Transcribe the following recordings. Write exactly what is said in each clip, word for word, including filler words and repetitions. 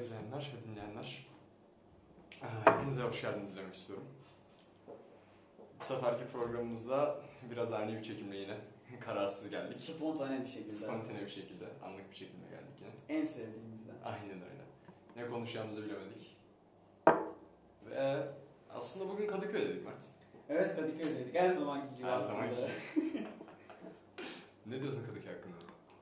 izleyenler ve dinleyenler, hepinize hoş geldiniz demek istiyorum. Bu seferki programımızda biraz ani bir çekimle yine kararsız geldik. Spontane bir şekilde. Spontane bir şekilde, anlık bir şekilde geldik yine. En sevdiğimizden. Aynen öyle. Ne konuşacağımızı bilemedik. Ve aslında bugün Kadıköy'deydik Mert. Evet, Kadıköy'deydik. Her zamanki gibi Her aslında. zamanki. Ne diyorsun Kadıköy hakkında?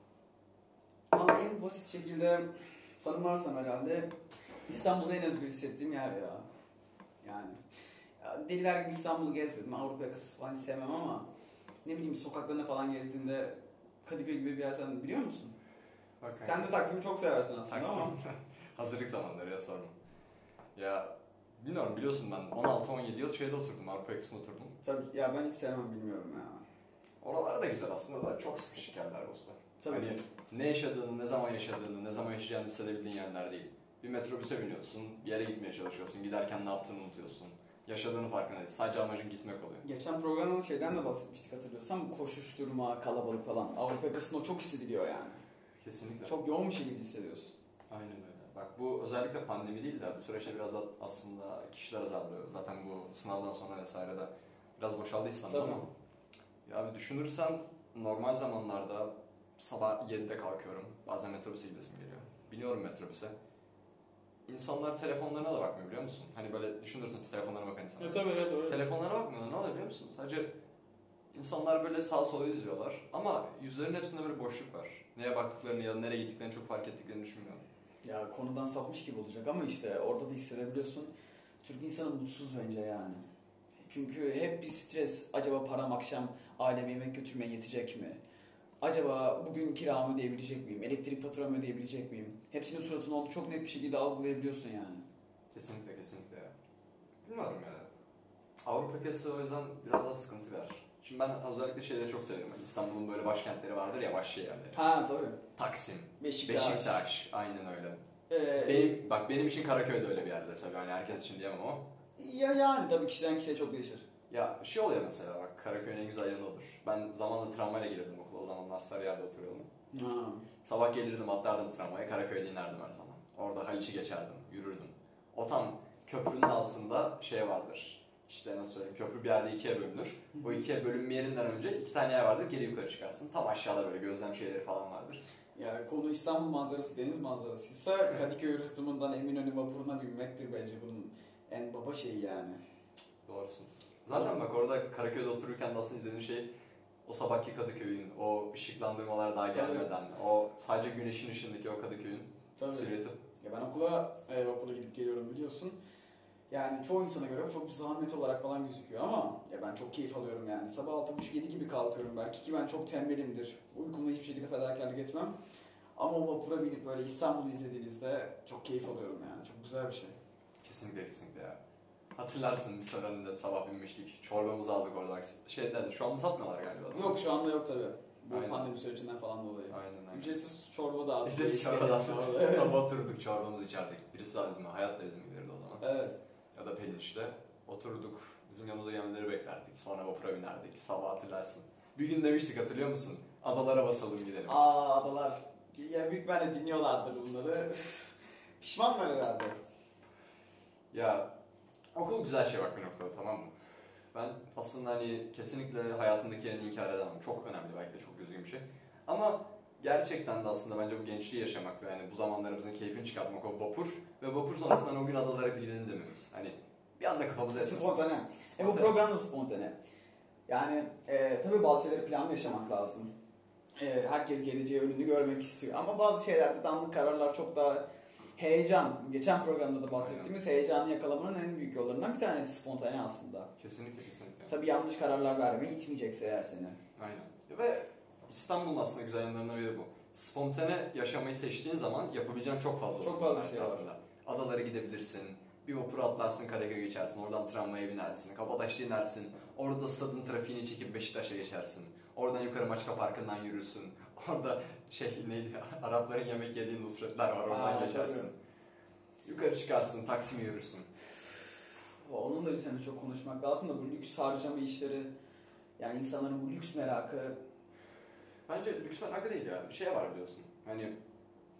Ama en basit şekilde tanımlarsam herhalde İstanbul'da en özgür hissettiğim yer ya. Yani ya deliler gibi İstanbul'u gezmedim. Avrupa yakası falan hiç sevmem ama ne bileyim sokaklarına falan gezdiğinde Kadıköy gibi bir yer sen biliyor musun? Bak, Sen yani. de Taksim'i çok seversin aslında Taksim. ama. Hazırlık zamanları ya sorma. Ya bilmiyorum, biliyorsun ben on altı on yedi yıl şeyde oturdum, Avrupa yakasında oturdum. Tabii ya, ben hiç sevmem, bilmiyorum ya. Oralar da güzel aslında da çok sıkışık yerler Bosna. Tabii. Hani ne yaşadığını, ne zaman yaşadığını, ne zaman yaşayacağını hissedebildiğin yerler değil. Bir metrobüse biniyorsun, bir yere gitmeye çalışıyorsun, giderken ne yaptığını unutuyorsun. Yaşadığını farkında değilsin. Sadece amacın gitmek oluyor. Geçen programda şeyden de bahsetmiştik hatırlıyorsan, koşuşturma, kalabalık falan. Avrupa yakasında o çok hissediliyor yani. Kesinlikle. Çok yoğun bir şekilde hissediyorsun. Aynen öyle. Bak bu özellikle pandemi değil de bu süreçte biraz da aslında kişiler azaldı. Zaten bu sınavdan sonra vesaire de biraz boşaldı İstanbul ama. Ya bir düşünürsen normal zamanlarda sabah yedide kalkıyorum. Bazen metrobüse gidesim geliyor. Biniyorum metrobüse. İnsanlar telefonlarına da bakmıyor, biliyor musun? Hani böyle düşünürsün, telefonlarına bakan insanlar. Ya tabii, evet öyle. Telefonlara bakmıyorlar, ne oluyor biliyor musun? Sadece insanlar böyle sağa sola izliyorlar ama yüzlerinin hepsinde böyle boşluk var. Neye baktıklarını ya da nereye gittiklerini çok fark ettiklerini düşünmüyorum. Ya konudan sapmış gibi olacak ama işte orada da hissedebiliyorsun. Türk insanı mutsuz bence yani. Çünkü hep bir stres. Acaba param akşam aileme yemek götürmeye yetecek mi? Acaba bugün kiramı ödeyebilecek miyim? Elektrik faturamı ödeyebilecek miyim? Hepsinin suratını oldu çok net bir şekilde algılayabiliyorsun yani. Kesinlikle kesinlikle ya. Bilmiyorum ya. Avrupa ülkesi o yüzden biraz daha sıkıntı var. Şimdi ben özellikle şeyleri çok severim. Yani İstanbul'un böyle başkentleri vardır ya, başşehirleri. Ha tabii. Taksim, Beşiktaş. Beşiktaş, aynen öyle. Ee, Benim, bak benim için Karaköy de öyle bir yerdir tabii, hani herkes için diyemem ama. Ya yani tabii kişiden kişiye çok değişir. Ya şey oluyor mesela, bak Karaköy'ün en güzel yanı odur. Ben zamanla tramvayla gelirdim okula, o zamanlar Sarıyer'de oturuyordum. Ha. Sabah gelirdim, atlardım tramvaya, Karaköy'de inerdim her zaman. Orada Haliç'i geçerdim, yürürdüm. O tam köprünün altında şey vardır. İşte nasıl söyleyeyim, köprü bir yerde ikiye bölünür. O ikiye bölünme yerinden önce iki tane yer vardır, geri yukarı çıkarsın. Tam aşağıda böyle gözlem şeyleri falan vardır. Ya konu İstanbul manzarası, deniz manzarasıysa Kadıköy rıhtımından Eminönü vapuruna binmektir bence bunun en baba şeyi yani. Doğrusun. Zaten bak orada Karaköy'de otururken de aslında izlediğin şey o sabahki Kadıköy'ün, o ışıklandırmalar daha gelmeden, Tabii. o sadece güneşin ışığındaki o Kadıköy'ün silüeti. Ya ben okula e, vapurla gidip geliyorum biliyorsun. Yani çoğu insana göre çok bir zahmet olarak falan gözüküyor ama ya ben çok keyif alıyorum yani. Sabah altı buçuk yedi gibi kalkıyorum belki ki ben çok tembelimdir. Uykumda hiçbir şekilde fedakarlık etmem. Ama o vapura binip böyle İstanbul'u izlediğinizde çok keyif alıyorum yani. Çok güzel bir şey. Kesinlikle kesinlikle ya. Hatırlarsın bir seferinde sabah binmiştik. Çorbamızı aldık orada. Şeyden, şu anda satmıyorlar galiba. Yok şu anda yok tabii. Bu Aynen. Pandemi sürecinden falan dolayı. Aynen aynen. Ücretsiz çorba dağıtıyor. Ücretsiz çorba dağıtıyor. Sabah oturduk, çorbamızı içerdik. Birisi daha bizimle, Hayat da bizim gelirdi o zaman. Evet. Ya da Pelin işte. Oturduk, bizim yanımıza gelmeleri beklerdik. Sonra vapura binerdik. Sabah hatırlarsın. Bir gün demiştik, hatırlıyor musun? Adalara basalım gidelim. Aa adalar. Ya büyük bence dinliyorlardır bunları. Pişmanlar herhalde. Ya okul güzel şey bak bir noktada, tamam mı? Ben aslında hani kesinlikle hayatımdaki yerini inkar edemem. Çok önemli, belki de çok düzgün bir şey. Ama gerçekten de aslında bence bu gençliği yaşamak ve yani bu zamanlarımızın keyfini çıkartmak o vapur ve vapur sonrasından o gün adalara gidelim dememiz. Hani bir anda kafamıza etmesin. Spontane. E bu program da spontane. Yani e, tabii bazı şeyleri planlı yaşamak lazım. E, herkes geleceği önünü görmek istiyor. Ama bazı şeylerde de anlık kararlar çok daha heyecan. Geçen programda da bahsettiğimiz Aynen. heyecanı yakalamanın en büyük yollarından bir tanesi spontane aslında. Kesinlikle kesinlikle. Tabii yanlış kararlar vermeye itmeyecekse eğer seni. Aynen. Ve İstanbul'un aslında güzel yanlarından biri de bu. Spontane yaşamayı seçtiğin zaman yapabileceğin çok fazla Çok fazla şey var. Adalara gidebilirsin. Bir vapura atlarsın, Karaköy'e geçersin. Oradan tramvaya binersin. Kabataş'ta inersin. Orada stadın trafiğini çekip Beşiktaş'a geçersin. Oradan yukarı Maçka Parkı'ndan yürürsün. Orada şey neydi? Arapların yemek yediği Nusretler var. Oradan Aa, geçersin. Tabii. Yukarı çıkarsın, Taksim'e yürürsün. Onun da üzerine çok konuşmak lazım da bu lüks harcama işleri, yani insanların bu lüks merakı. Bence lüks merakı değil ya. Bir şey var biliyorsun. Hani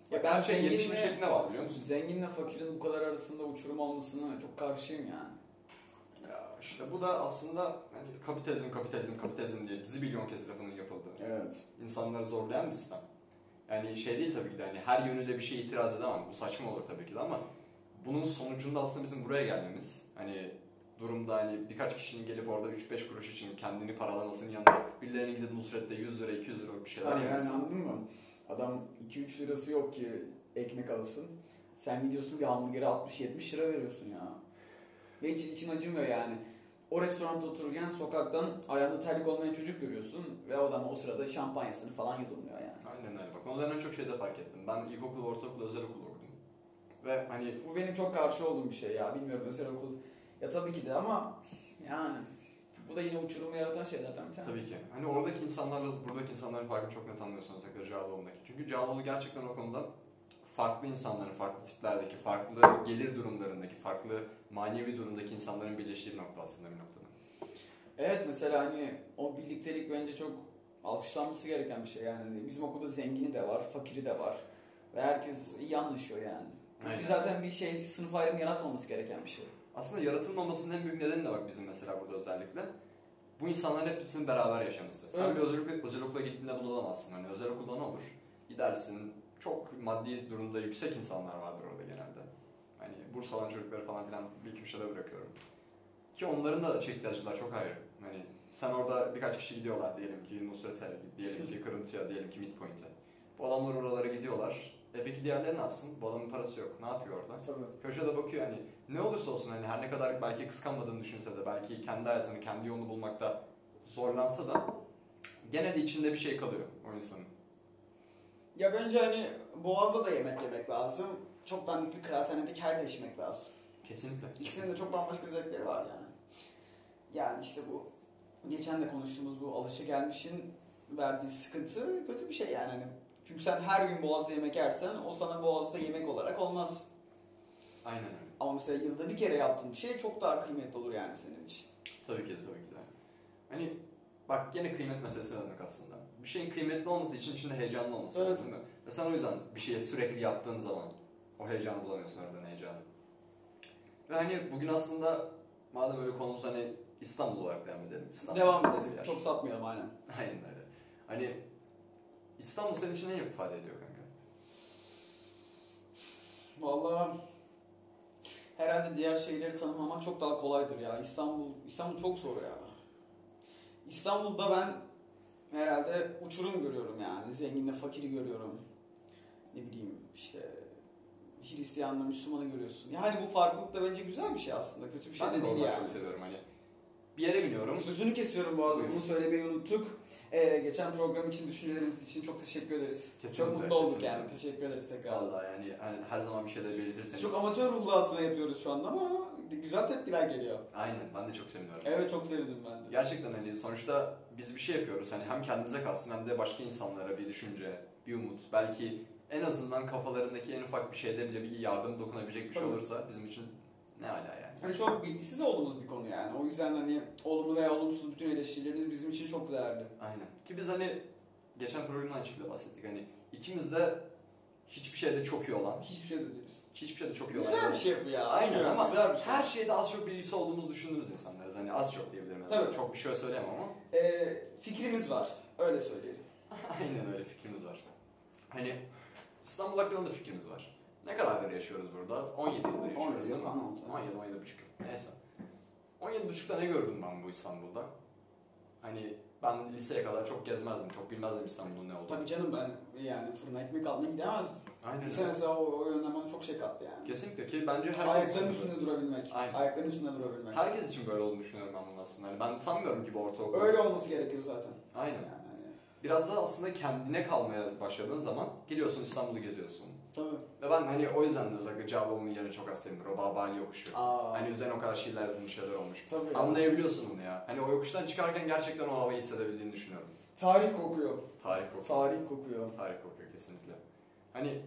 Ya ben her şey zenginle- iletişim şekline bağlı biliyor musun? Zenginle fakirin bu kadar arasında uçurum olmasına çok karşıyım yani. Ya işte bu da aslında hani kapitalizm, kapitalizm, kapitalizm diye zibilyon kez lafının yapıldığı. Evet. İnsanları zorlayan bir sistem. Yani şey değil tabii ki de hani her yönüyle bir şeye itiraz edemem. Bu saçma olur tabii ki de ama bunun sonucunda aslında bizim buraya gelmemiz hani durumda hani birkaç kişinin gelip orada üç beş kuruş için kendini paralamasının yanında birilerine gidip Nusret'te yüz lira iki yüz liralık bir şeyler Hani yani yemesin. anladın mı? Adam iki üç lirası yok ki ekmek alasın. Sen gidiyorsun bir hamburgere altmış yetmiş lira veriyorsun ya. Ve hiç için acımıyor yani. O restoranda otururken sokaktan ayağında terlik olmayan çocuk görüyorsun ve o adam o sırada şampanyasını falan yudumluyor yani. Aynen öyle bak. Ondan en çok şeyde fark ettim. Ben ilkokul, ortaokul, özel okul okudum. Ve hani Bu benim çok karşı olduğum bir şey ya. Bilmiyorum özel okul. Ya tabii ki de ama yani bu da yine uçurumu yaratan şeylerden bir tanesi. tabii ki. Hani oradaki insanlarla buradaki insanların farkını çok net anlıyorsunuz özellikle Cağaloğlu'ndaki. Çünkü Cağaloğlu gerçekten o konuda farklı insanların, farklı tiplerdeki, farklı gelir durumlarındaki, farklı manevi durumdaki insanların birleştiği bir nokta aslında bir noktada. Evet mesela hani o birliktelik bence çok alkışlanması gereken bir şey yani. Bizim okulda zengini de var, fakiri de var. Ve herkes iyi anlaşıyor yani. Aynen. Zaten bir şey sınıf ayrımı yaratmaması gereken bir şey. Aslında yaratılmamasının en büyük nedeni de bak bizim mesela burada özellikle. Bu insanların hepsinin beraber yaşaması. Sen Evet. bir özel, okul, özel okula gittiğinde bunu alamazsın. Hani özel okulda ne olur? Gidersin, çok maddi durumda yüksek insanlar vardır orada genelde. Hani burs alan çocukları falan filan bir iki bir şeyler bırakıyorum. Ki onların da çektiği acılar çok ayrı. Hani sen orada birkaç kişi gidiyorlar diyelim ki Nusret'e, diyelim ki Kırıntı'ya, diyelim ki Midpoint'e. Bu adamlar oralara gidiyorlar. E peki diğerleri ne yapsın? Bu adamın parası yok. Ne yapıyor orada? Tabii. Köşede bakıyor hani ne olursa olsun hani her ne kadar belki kıskanmadığını düşünse de belki kendi hayatını, kendi yolunu bulmakta zorlansa da gene de içinde bir şey kalıyor o insanın. Ya bence hani Boğaz'da da yemek yemek lazım. Çok dandik bir kıraathanede çay da içmek lazım. Kesinlikle. İkisinin de çok bambaşka zevkleri var yani. Yani işte bu geçen de konuştuğumuz bu alışagelmişin verdiği sıkıntı kötü bir şey yani. Hani çünkü sen her gün Boğaz'da yemek yersen o sana Boğaz'da yemek olarak olmaz. Aynen öyle. Ama mesela yılda bir kere yaptığın bir şey çok daha kıymetli olur yani senin için. Tabii ki de tabii ki de. Hani bak gene kıymet meselesine dönük aslında. Bir şeyin kıymetli olması için içinde heyecanlı olması Evet. lazım değil mi? Ve sen o yüzden bir şeye sürekli yaptığın zaman o heyecanı bulamıyorsun oradan heyecanı. Ve hani bugün aslında madem öyle konumuz hani İstanbul olarak devam edelim. İstanbul Devam nasıl bir edelim. yer? Çok satmayalım aynen. Aynen öyle. Hani İstanbul senin için ne ifade ediyor kanka? Vallahi herhalde diğer şehirleri tanımlamak çok daha kolaydır ya. İstanbul İstanbul çok zor ya. İstanbul'da ben herhalde uçurum görüyorum yani. Zenginle fakiri görüyorum. Ne bileyim işte Hristiyanla Müslümanı görüyorsun. Yani bu farklılık da bence güzel bir şey aslında. Kötü bir şey Ben de de değil oradan yani. çok seviyorum hani. Bir yere biniyorum. Sözünü kesiyorum bu arada. Buyur. Bunu söylemeyi unuttuk. Ee, geçen program için düşünceleriniz için çok teşekkür ederiz. Kesinlikle, çok mutlu olduk kesinlikle. yani. Teşekkür ederiz tekrar. Vallahi yani hani her zaman bir şeyler belirtirseniz. Çok amatör ruhlu aslında yapıyoruz şu anda ama güzel tepkiler geliyor. Aynen ben de çok seviniyorum. Evet çok sevdim ben de. Gerçekten hani sonuçta biz bir şey yapıyoruz. Hani hem kendimize kalsın hem de başka insanlara bir düşünce, bir umut. Belki en azından kafalarındaki en ufak bir şeyde bile bir yardım dokunabilecek bir şey Tabii. olursa bizim için ne hala yani. Hani çok bilgisiz olduğumuz bir konu yani. O yüzden hani olumlu veya olumsuz bütün eleştirileriniz bizim için çok değerli. Aynen. Ki biz hani geçen programda aynı şekilde bahsettik. Hani ikimiz de hiçbir şeyde çok iyi olan, Hiçbir şey de değiliz. hiçbir şeyde çok iyi olan. Güzel bir şey bu ya. Aynen Bilmiyorum, ama güzel bir şey. her şeyde az çok bilgisi olduğumuzu düşündüğümüz insanlarız. Hani az çok diyebilirim. Yani. Tabii. Çok bir şey söyleyemem ama. Ee, fikrimiz var. Öyle söyleyelim. Aynen öyle fikrimiz var. Hani İstanbul hakkında da fikrimiz var. Ne kadardır yaşıyoruz burada? on yedi yıldır yaşıyoruz on yedi değil mi? falan oldu. on yedi on yedi buçuk. Neyse. on yedi buçukta ne gördüm ben bu İstanbul'da? Hani ben liseye kadar çok gezmezdim. Çok bilmezdim İstanbul'un ne olduğunu. Tabii canım ben yani fırına ekmek almaya gidemezdim. Aynen Lise öyle. mesela o, o yönden bana çok şey kattı yani. Kesinlikle ki bence herkes Ayakların için, üstünde durabilmek. Aynen. Ayakların üstünde durabilmek. herkes için böyle olduğunu düşünüyorum ben bunun aslında. Hani ben sanmıyorum ki bu ortaokul. Öyle olması gerekiyor zaten. Aynen. Yani hani. Biraz da aslında kendine kalmaya başladığın zaman geliyorsun İstanbul'u geziyorsun. Tabii. Ve ben hani o yüzden de özellikle Cağaloğlu'nun yerini çok hastayım. O Babali yokuşu. Aa. Hani üzerine o kadar şiirler yazılmış şeyler olmuş. Tabii. Anlayabiliyorsun bunu ya. Hani o yokuştan çıkarken gerçekten o havayı hissedebildiğini düşünüyorum. Tarih kokuyor. Tarih kokuyor. Tarih kokuyor. Tarih kokuyor kesinlikle. Hani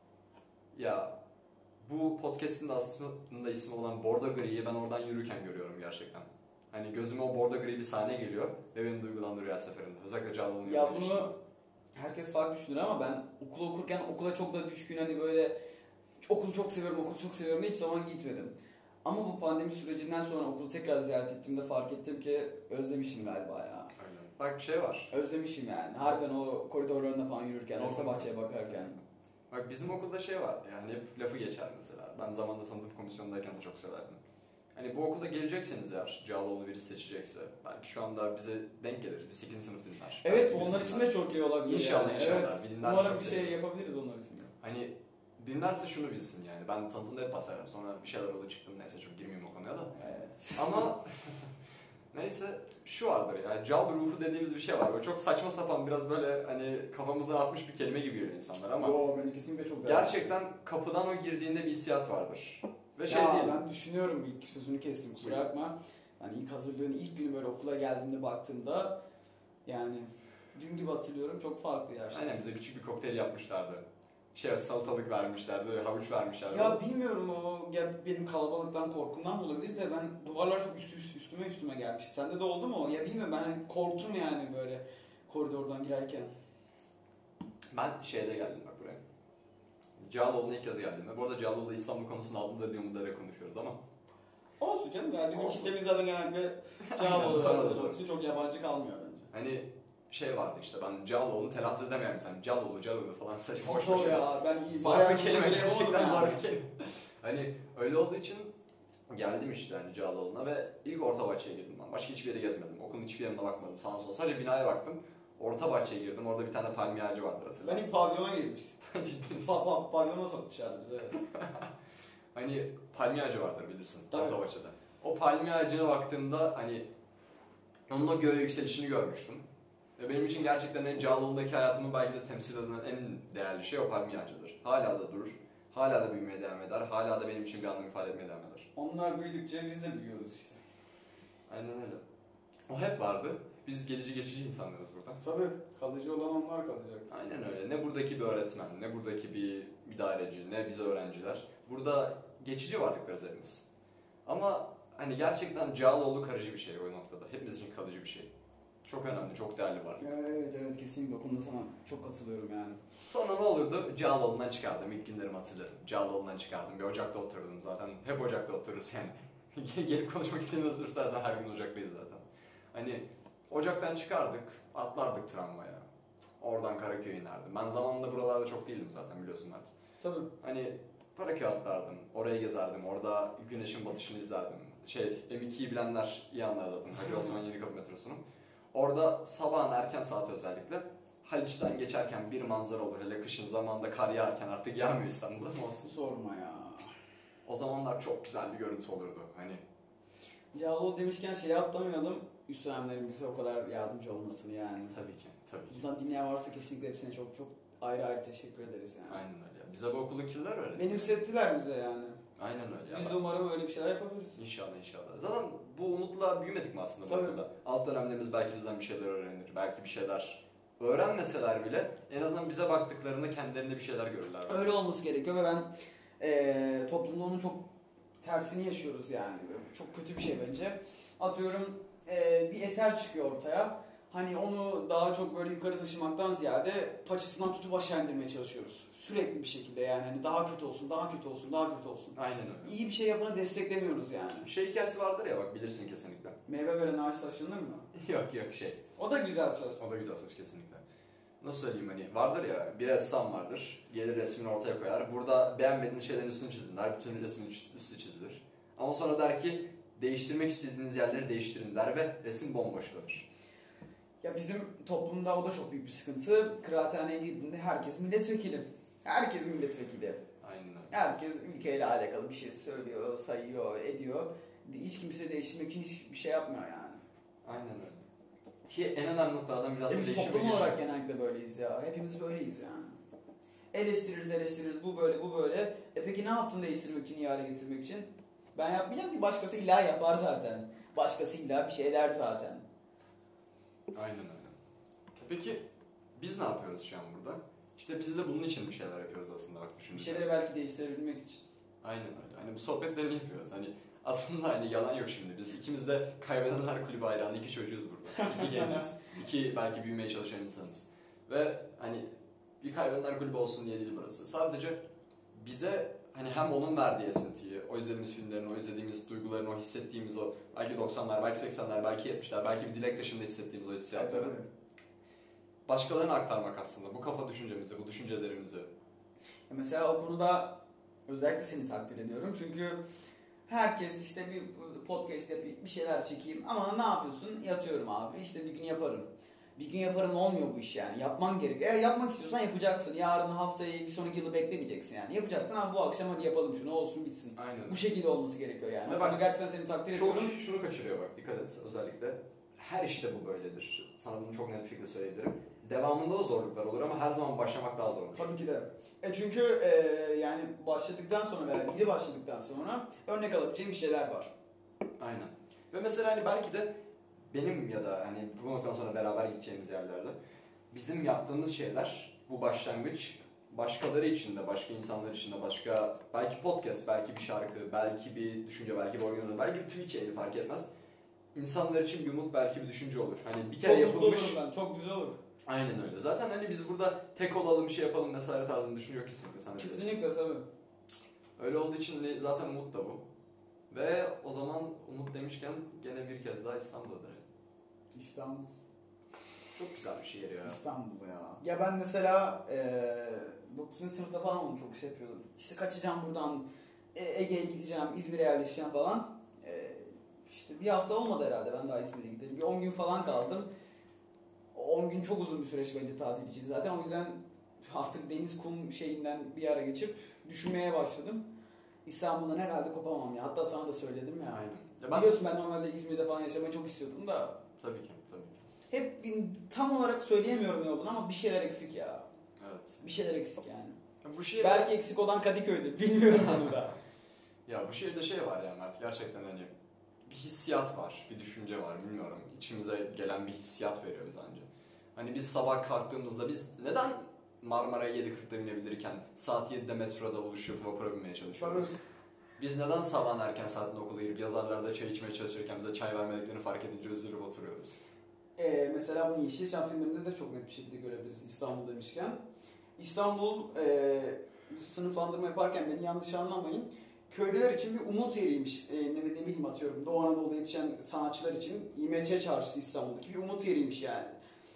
ya bu podcast'in de aslında ismi olan Bordo Gri'yi ben oradan yürürken görüyorum gerçekten. Hani gözüme o Bordo Gri bir sahne geliyor ve beni duygulandırıyor her seferinde. Özellikle Cağaloğlu'nun Ya yolunu bunu herkes farklı düşünür ama ben okulu okurken okula çok da düşkün, hani böyle okulu çok seviyorum, okulu çok seviyorum hiç zaman gitmedim. Ama bu pandemi sürecinden sonra okulu tekrar ziyaret ettiğimde fark ettim ki özlemişim galiba ya. Aynen. Bak şey var. Özlemişim yani. Harbiden o koridorlarında falan yürürken, orta bahçeye bakarken. Bak bizim okulda şey var, yani hep lafı geçer mesela. Ben zamanında tanıtım komisyonundayken de çok severdim. Hani bu okulda gelecekseniz eğer, Cağaloğlu birisi seçecekse, belki şu anda bize denk gelir, bir sekizinci sınıf dinler. Evet, belki onlar için de çok iyi olabilir. İnşallah, yani. inşallah. Evet. Bir dinlerse Umarım çok bir şey sevinirim. yapabiliriz onlar için de. Hani dinlerse şunu bilsin yani, ben tanıtımda hep basarım, sonra bir şeyler oldu çıktım, neyse çok girmeyeyim o konuya da. Evet. Ama neyse şu vardır ya, cal ruhu dediğimiz bir şey var. Böyle çok saçma sapan, biraz böyle hani kafamızdan atmış bir kelime gibi geliyor insanlar ama Yo, ben kesinlikle çok gerçekten kapıdan o girdiğinde bir hissiyat vardır. Ve şey ya değil. ben düşünüyorum, ilk sözünü kestim kusura bakma. Hani ilk hazırlığın ilk günü böyle okula geldiğimde baktığımda yani dün gibi hatırlıyorum, çok farklı gerçekten. Aynen, bize küçük bir kokteyl yapmışlardı. Şey, salatalık vermişlerdi, havuç vermişlerdi. Ya bilmiyorum, o ya benim kalabalıktan korkumdan da olabilir de ben duvarlar çok üstü üstü üstüme üstüme gelmiş. Sende de oldu mu o? Ya bilmiyorum, ben hani korktum yani böyle koridordan girerken. Ben şeyde geldim bak buraya. Cağaloğlu'na ilk kez geldiğimde. Bu arada Cağaloğlu İstanbul konusunu aldığında diye umutlara konuşuyoruz ama. Olsun canım ya, bizim Olsun. kitlemiz zaten genelde Aynen, cevap doğru, olarak doğru. olduğu için çok yabancı kalmıyor bence. Hani şey vardı işte, ben Cağaloğlu'nu telaffuz edemeyen mesela. Cağaloğlu, Cağaloğlu falan saçma. Çok boş zor boş. ya, ben iyi Zor bayağı bir kelime, böyle gerçekten oldum zor yani. bir kelime. Hani öyle olduğu için geldim işte hani Cağaloğlu'na ve ilk orta bahçeye girdim ben. Başka hiçbir yere gezmedim. Okulun hiçbir yerine bakmadım. Sağa sola. Sadece binaya baktım. Orta bahçeye girdim. Orada bir tane palmiye ağacı vardır, Ben hatırlarsın. ilk pavyona girmiştim. Ciddi misin? Pa pa pavyona sokmuşlardı bize. Hani palmiye ağacı vardır bilirsin. Tabii. Orta bahçede. O palmiye ağacına baktığımda hani onun o göğe yükselişini görmüştüm. Ve benim için gerçekten en Cağaloğlu'ndaki hayatımı belki de temsil eden en değerli şey o palmiye ağacıdır. Hala da durur. Hala da büyümeye devam eder. Hala da benim için bir anlam ifade etmeye devam eder. Onlar büyüdükçe biz de büyüyoruz işte. Aynen öyle. O hep vardı. Biz gelici geçici insanlarız burada. Tabii, kalıcı olan onlar kalacak. Aynen öyle. Ne buradaki bir öğretmen, ne buradaki bir idareci, ne biz öğrenciler. Burada geçici varlıklarız hepimiz. Ama hani gerçekten Cağaloğlu karıcı bir şey o noktada. Hepimiz için kalıcı bir şey. Çok önemli, çok değerli varlık. Ya evet evet, kesinlikle o konuda sana çok katılıyorum yani. Sonra ne olurdu? Cağaloğlu'ndan çıkardım. İlk günlerimi hatırlarım. Cağaloğlu'ndan çıkardım. Bir ocakta otururdum zaten. Hep ocakta otururuz yani. Gelip konuşmak istemiyoruz zaten, her gün ocaktayız zaten. Hani ocaktan çıkardık, atlardık tramvaya. Oradan Karaköy'e inerdim. Ben zamanında buralarda çok değildim zaten, biliyorsun Mert. Tabii. Hani Karaköy'e atlardım, oraya gezerdim, orada güneşin batışını izlerdim. Şey, M ikiyi bilenler iyi anlar zaten, Hacı Osman Yenikapı metrosunu. Orada sabahın erken saati özellikle Haliç'ten geçerken bir manzara olur. Hele kışın zamanında kar yağarken, artık yağmıyor İstanbul'da ama olsun. Sorma ya. O zamanlar çok güzel bir görüntü olurdu. Hani Cağaloğlu demişken şeyi atlamayalım. Üst dönemlerin bize o kadar yardımcı olmasını yani. tabii ki, tabii ki. Buradan dinleyen varsa kesinlikle hepsine çok çok ayrı ayrı teşekkür ederiz yani. Aynen öyle. Bize bu okulu kimler öğretti? Benimsettiler bize yani. Aynen öyle. Ya Biz ben- de umarım öyle bir şeyler yapabiliriz. İnşallah inşallah. Zaten bu umutla büyümedik mi aslında bu Tabii. okulda? Alt dönemlerimiz belki bizden bir şeyler öğrenir. Belki bir şeyler öğrenmeseler bile en azından bize baktıklarında kendilerinde bir şeyler görürler. Öyle olması gerekiyor ve ben eee toplumda onun çok tersini yaşıyoruz yani. Çok kötü bir şey bence. Atıyorum eee, bir eser çıkıyor ortaya. Hani onu daha çok böyle yukarı taşımaktan ziyade paçasından tutup aşağı indirmeye çalışıyoruz. Sürekli bir şekilde yani hani daha kötü olsun, daha kötü olsun, daha kötü olsun. Aynen öyle. İyi bir şey yapanı desteklemiyoruz yani. Şey hikayesi vardır ya, bak bilirsin kesinlikle. Meyve veren ağaç taşlanır mı? yok yok şey. O da güzel söz. O da güzel söz kesinlikle. Nasıl söyleyeyim, hani vardır ya, bir ressam vardır. Gelir resmini ortaya koyar. Burada beğenmediğiniz şeylerin üstünü çizin der. Bütün resmin üstü çizilir. Ama sonra der ki değiştirmek istediğiniz yerleri değiştirin der ve resim bomboş kalır. Ya bizim toplumda o da çok büyük bir sıkıntı. Kıraathaneye girdiğinde herkes milletvekili. Herkes milletvekili. Aynen öyle. Herkes ülkeyle alakalı bir şey söylüyor, sayıyor, ediyor. Hiç kimse değiştirmek için hiçbir şey yapmıyor yani. Aynen öyle. Ki en önemli noktalardan biraz da Biz değişime toplum olarak geçiyor. genellikle böyleyiz ya. Hepimiz böyleyiz yani. Eleştiririz, eleştiririz. Bu böyle, bu böyle. E peki ne yaptın değiştirmek için, iyi hale getirmek için? Ben yapmayacağım ki, başkası illa yapar zaten. Başkası illa bir şey eder zaten. Aynen öyle. Peki biz ne yapıyoruz şu an burada? İşte biz de bunun için bir şeyler yapıyoruz aslında, bak Bir düşünürsen. şeyleri belki değiştirebilmek için. Aynen öyle. Hani bu sohbetleri yapıyoruz. Hani aslında hani yalan yok şimdi. Biz ikimiz de kaybedenler kulübü hayranı iki çocuğuz burada. İki genciz. İki belki büyümeye çalışan insanız. Ve hani bir kaybedenler kulübü olsun diye değil burası. Sadece bize hani hem onun verdiği esintiyi, o izlediğimiz filmlerin, o izlediğimiz duyguların, o hissettiğimiz o belki doksanlar, belki seksenler, belki yetmişler, belki bir dilek taşında hissettiğimiz o hissiyatları Evet, başkalarına aktarmak aslında. Bu kafa düşüncemizi, bu düşüncelerimizi. mesela o konuda özellikle seni takdir ediyorum. Çünkü herkes işte bir podcast yapayım, bir şeyler çekeyim ama ne yapıyorsun? Yatıyorum abi. İşte bir gün yaparım. Bir gün yaparım olmuyor bu iş yani. Yapman gerek. Eğer yapmak istiyorsan yapacaksın. Yarın, haftayı, bir sonraki yılı beklemeyeceksin yani. Yapacaksın abi, bu akşam hadi yapalım şunu, olsun bitsin. Aynen. Bu şekilde olması gerekiyor yani. Ve Bak, bak, gerçekten seni takdir Çoğu ediyorum. kişi şunu kaçırıyor bak, dikkat et özellikle. Her işte bu böyledir. Sana bunu çok net bir şekilde söyleyebilirim. Devamında da zorluklar olur ama her zaman başlamak daha zor olur. Tabii ki de. E çünkü e, yani başladıktan sonra veya biri başladıktan sonra örnek alabileceğim bir şeyler var. Aynen. Ve mesela hani belki de benim ya da hani bu noktadan sonra beraber gideceğimiz yerlerde bizim yaptığımız şeyler, bu başlangıç başkaları için de, başka insanlar için de, başka belki podcast, belki bir şarkı, belki bir düşünce, belki bir organizasyon, belki bir Twitch yayını fark etmez. İnsanlar için bir umut, belki bir düşünce olur. Hani bir kere çok yapılmış. Çok ben, çok güzel olur. Aynen öyle. Zaten hani biz burada tek olalım, bir şey yapalım vesaire tarzını düşünüyor kesinlikle. Sen Kesinlikle tabii. öyle olduğu için zaten umut da bu. Ve o zaman umut demişken gene bir kez daha İstanbul'a dönelim. İstanbul. Çok güzel bir şehir ya. İstanbul ya. Ya ben mesela dokuzuncu sınıfta falan onu çok şey yapıyordum. İşte kaçacağım buradan, e, Ege'ye gideceğim, İzmir'e yerleşeceğim falan. E, işte bir hafta olmadı herhalde ben daha İzmir'e gidelim. Bir on gün falan kaldım. on gün çok uzun bir süreç bence tatil için zaten. O yüzden artık deniz, kum şeyinden bir ara geçip düşünmeye başladım. İstanbul'dan herhalde kopamam ya. Hatta sana da söyledim ya. Aynen. Ya ben... Biliyorsun ben normalde İzmir'de falan yaşamayı çok istiyordum da. Tabii ki, tabii ki. Hep tam olarak söyleyemiyorum ne olduğunu ama bir şeyler eksik ya. Evet. Bir şeyler eksik yani. Ya bu şehir... Belki eksik olan Kadıköy'dür. Bilmiyorum onu da. Ya bu şehirde şey var ya Mert, gerçekten hani bir hissiyat var, bir düşünce var, bilmiyorum. İçimize gelen bir hissiyat veriyor bize anca. Hani biz sabah kalktığımızda biz neden Marmara'ya yedi kırkta binebilirken saat yedide metroda buluşup vapura binmeye çalışıyoruz? Tabii. Biz neden sabahın erken saatinde okula girip yazarlarda çay içmeye çalışırken bize çay vermediklerini fark edince üzülüp oturuyoruz? Ee, mesela bunu Yeşilçam filmlerinde de çok net bir şekilde görebiliriz İstanbul demişken. İstanbul e, bu sınıflandırma yaparken beni yanlış anlamayın. Köylüler için bir umut yeriymiş. E, ne, ne bileyim atıyorum Doğu Anadolu'da yetişen sanatçılar için İMÇ Çarşısı İstanbul'daki bir umut yeriymiş yani.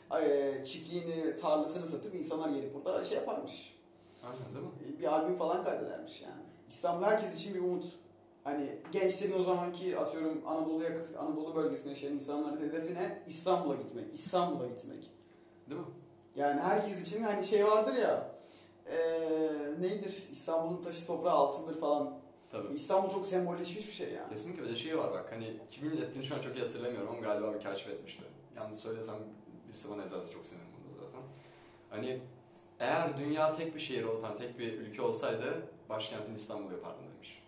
E, çiftliğini, tarlasını satıp insanlar gelip burada şey yaparmış. Aynen değil mi? E, bir albüm falan kaydedermiş yani. İstanbul herkes için bir umut. Hani gençlerin o zamanki atıyorum Anadolu'ya Anadolu bölgesinde yaşayan insanların hedefine İstanbul'a gitmek, İstanbul'a gitmek. Değil mi? Yani herkes için hani şey vardır ya, ee, neydir? İstanbul'un taşı toprağı altındır falan. Tabii. İstanbul çok sembolleşmiş bir şey yani. Kesinlikle bir de şey var bak hani kimin ettiğini şu an çok iyi hatırlamıyorum ama galiba bir keşfetmişti. Yanlış söylesem birisi bana yazarsa çok sevinirim bunda zaten. Hani eğer dünya tek bir şehir olup hani tek bir ülke olsaydı başkentin İstanbul yapardım demiş.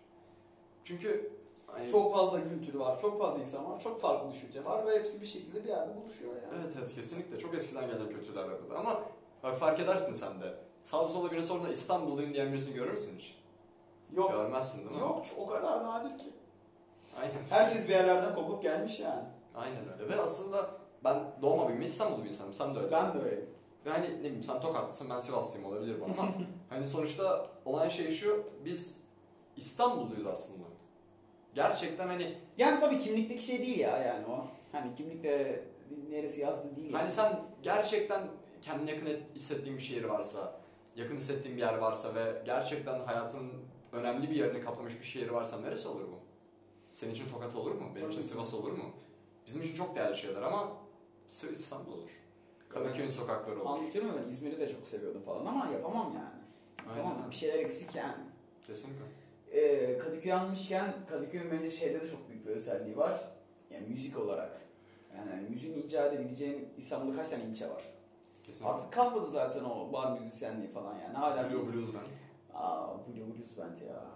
Çünkü hani... çok fazla kültürü var, çok fazla insan var, çok farklı düşünce var ve hepsi bir şekilde bir yerde buluşuyor yani. Evet evet kesinlikle çok eskiden gelen kültürler var burada ama bak, fark edersin sen de. Sağda solda birine sorduğunda İstanbulluyum diyen birisini görür müsün hiç? Yok. Görmezsin değil mi? Yok, o kadar nadir ki. Aynen. Herkes bir yerlerden kopup gelmiş yani. Aynen öyle ve aslında ben doğma büyüme İstanbullu bir insanım, sen de öylesin. Ben de öyleyim. Ve hani ne bileyim sen Tokatlısın, ben Sivaslıyım olabilir bu ama hani sonuçta olan şey şu, biz İstanbulluyuz aslında. Gerçekten hani... Yani tabii kimlikteki şey değil ya yani o. Hani kimlikte neresi yazdığı değil. Hani yani. sen gerçekten kendine yakın hissettiğin bir şehir varsa, yakın hissettiğin bir yer varsa ve gerçekten hayatının önemli bir yerini kaplamış bir şehir varsa neresi olur bu? Senin için Tokat olur mu? Benim tabii için ki. Sivas olur mu? Bizim için çok değerli şeyler ama İstanbul olur. Kadıköy'ün sokakları olur. Anlatıyorum ben İzmir'i de çok seviyordum falan ama yapamam yani. Yapamam. Aynen. Bir şeyler eksik yani. Kesinlikle. Ee, Kadıköy almışken Kadıköy'ün bence şeyde de çok büyük bir özelliği var. Yani müzik olarak. Yani müziğin icra edebileceğin İstanbul'da kaç tane ilçe var? Kesinlikle. Artık kalmadı zaten o bar müzisyenliği falan yani. Hala Blue Blues Band. Aa, Blue Blues Band ya.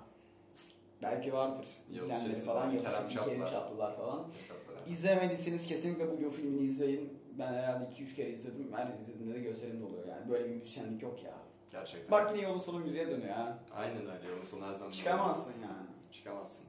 Belki vardır. Yavuz Bilenleri Sezgin, falan, Kerem Yavuz Sezgin, Kerim Çaplar. Çaplılar falan. Çaplar. İzlemediyseniz kesinlikle Blue filmini izleyin. Ben herhalde iki üç kere izledim. Her izlediğimde de gözlerim doluyor yani. Böyle bir müzisyenlik yok ya. Gerçekten. Bak yine yolun sonu müziğe dönüyor ha. Aynen öyle. Yolun sonu her zaman. Çıkamazsın yani. Çıkamazsın.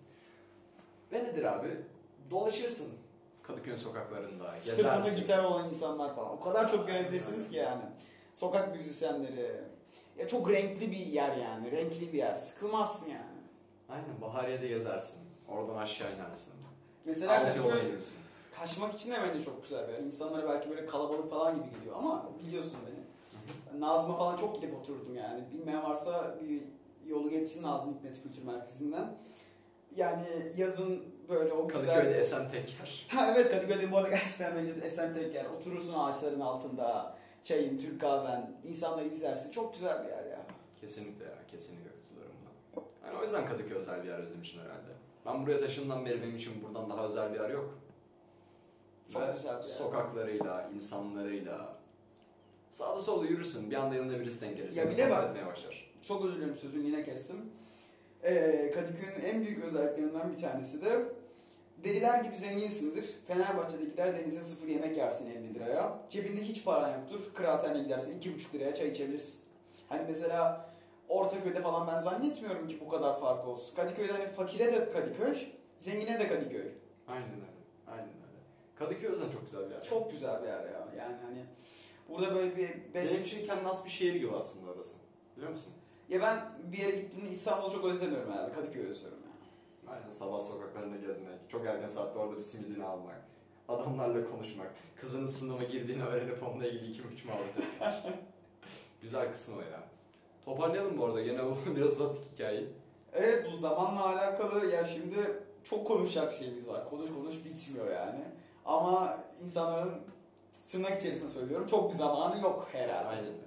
Ve nedir abi? Dolaşırsın Kadıköy'ün sokaklarında. Sırtında Gezersin. gitar olan insanlar falan. O kadar çok görebilirsiniz ki yani. Sokak müzisyenleri. Ya çok renkli bir yer yani. Renkli bir yer. Sıkılmazsın yani. Aynen, Bahariye'de gezersin. Oradan aşağı inersin. Mesela Avcıoğlu'na Kadıköy yürürsün. kaçmak için de bence çok güzel bir yer. İnsanlara belki böyle kalabalık falan gibi geliyor ama biliyorsun beni. Ben Nazım'a falan çok gidip oturdum yani. Bilmeyen varsa bir yolu geçsin Nazım Hikmet Kültür Merkezi'nden. Yani yazın böyle o güzel... Kadıköy'de esen tek yer. Ha evet, Kadıköy'de bu arada gerçekten bence de esen tek yer. Oturursun ağaçların altında, çayın, Türk kahven, insanları izlersin. Çok güzel bir yer ya. Kesinlikle ya, kesinlikle katılıyorum buna. Yani o yüzden Kadıköy özel bir yer bizim için herhalde. Ben buraya taşındığımdan beri benim için buradan daha özel bir yer yok. Çok Ve güzel bir yer. sokaklarıyla, insanlarıyla sağda solda yürürsün. Bir anda yanında birisi denk gelir. Ya Seni bir de sohbet bak- etmeye başlar. Çok özür dilerim, sözünü yine kestim. Ee, Kadıköy'ün en büyük özelliklerinden bir tanesi de deliler gibi zenginsindir. Fenerbahçe'de gider denize sıfır yemek yersin elli liraya. Cebinde hiç paran yoktur. Kıraathaneye gidersin iki buçuk liraya çay içebilirsin. Hani mesela Ortaköy'de falan ben zannetmiyorum ki bu kadar fark olsun. Kadıköy'de hani fakire de Kadıköy, zengine de Kadıköy. Aynen öyle. Aynen öyle. Kadıköy o yüzden çok güzel bir yer. Çok güzel bir yer ya. Yani hani burada böyle bir beş... Benim için kendine has bir şehir gibi aslında orası. Biliyor musun? Ya ben bir yere gittiğimde İstanbul'u çok özlemiyorum herhalde. Kadıköy'ü özlüyorum yani. Aynen, sabah sokaklarında gezmek, çok erken saatte orada bir simidini almak, adamlarla konuşmak, kızının sınıfa girdiğini öğrenip onunla ilgili iki üç muhabbet etmek. Güzel kısmı o ya. Toparlayalım bu arada, gene biraz uzattık hikayeyi. Evet, bu zamanla alakalı ya şimdi çok konuşacak şeyimiz var. Konuş konuş bitmiyor yani. Ama insanların tırnak içerisinde söylüyorum çok bir zamanı yok herhalde. Aynen öyle.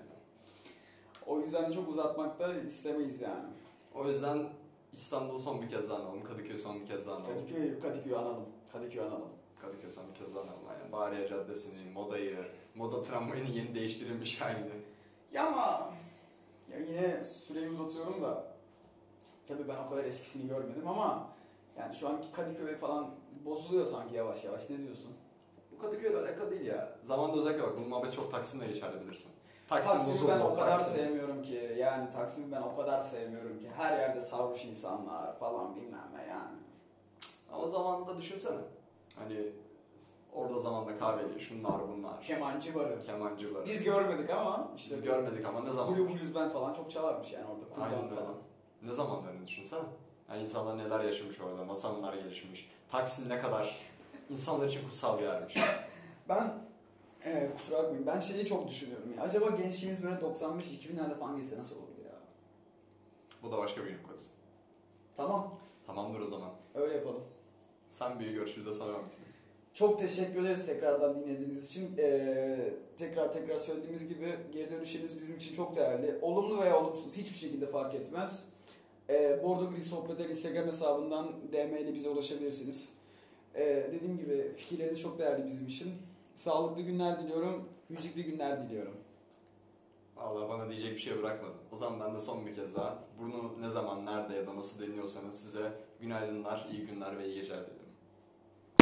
O yüzden de çok uzatmak da istemeyiz yani. O yüzden İstanbul'u son bir kez daha analım, Kadıköy'ü son bir kez daha analım. Kadıköy, Kadıköy'ü analım. Kadıköy'ü analım. Kadıköy son bir kez daha analım. Aynen. Bahariye Caddesi'ni, modayı, moda tramvayının yeni değiştirilmiş halini. Ya ama ya yine süreyi uzatıyorum da tabii ben o kadar eskisini görmedim ama yani şu anki Kadıköy falan bozuluyor sanki yavaş yavaş. Ne diyorsun? Bu Kadıköy'le alakalı değil ya. Zamanında özellikle bak, bu muhabbet çok Taksim'de geçerli bilirsin. Taksim Taksim'i bozuldu. ben o kadar Taksim. sevmiyorum ki. Yani Taksim'i ben o kadar sevmiyorum ki. Her yerde sarhoş insanlar falan bilmem ne yani. Ama zamanında düşünsene. Hani orada zamanda kahveli, şunlar bunlar. Kemancı barı. Kemancı var. Biz görmedik ama işte Biz görmedik ama ne zaman? Blue Blues Band falan çok çalarmış yani orada. Aynen Kurban öyle. falan. Ne zamanlarını düşünsene. Yani insanlar neler yaşamış orada, nasıl anılar gelişmiş. Taksim ne kadar insanlar için kutsal bir yermiş. Ben e, kusura bakmayın ben şeyi çok düşünüyorum ya. Acaba gençliğimiz böyle doksan beş iki binlerde falan geçse nasıl olur ya? Bu da başka bir günün konusu. Tamam, Tamamdır o zaman. öyle yapalım. Sen büyü, görüşürüz de sonra bitirelim. Çok teşekkür ederiz tekrardan dinlediğiniz için. Ee, tekrar tekrar söylediğimiz gibi geri dönüşleriniz bizim için çok değerli. Olumlu veya olumsuz hiçbir şekilde fark etmez. Ee, Bordo Gri Sohbetler Instagram hesabından D M ile bize ulaşabilirsiniz. Ee, dediğim gibi fikirleriniz çok değerli bizim için. Sağlıklı günler diliyorum, müzikli günler diliyorum. Vallahi bana diyecek bir şey bırakmadın. O zaman ben de son bir kez daha bunu ne zaman, nerede ya da nasıl dinliyorsanız size günaydınlar, iyi günler ve iyi geceler diliyorum.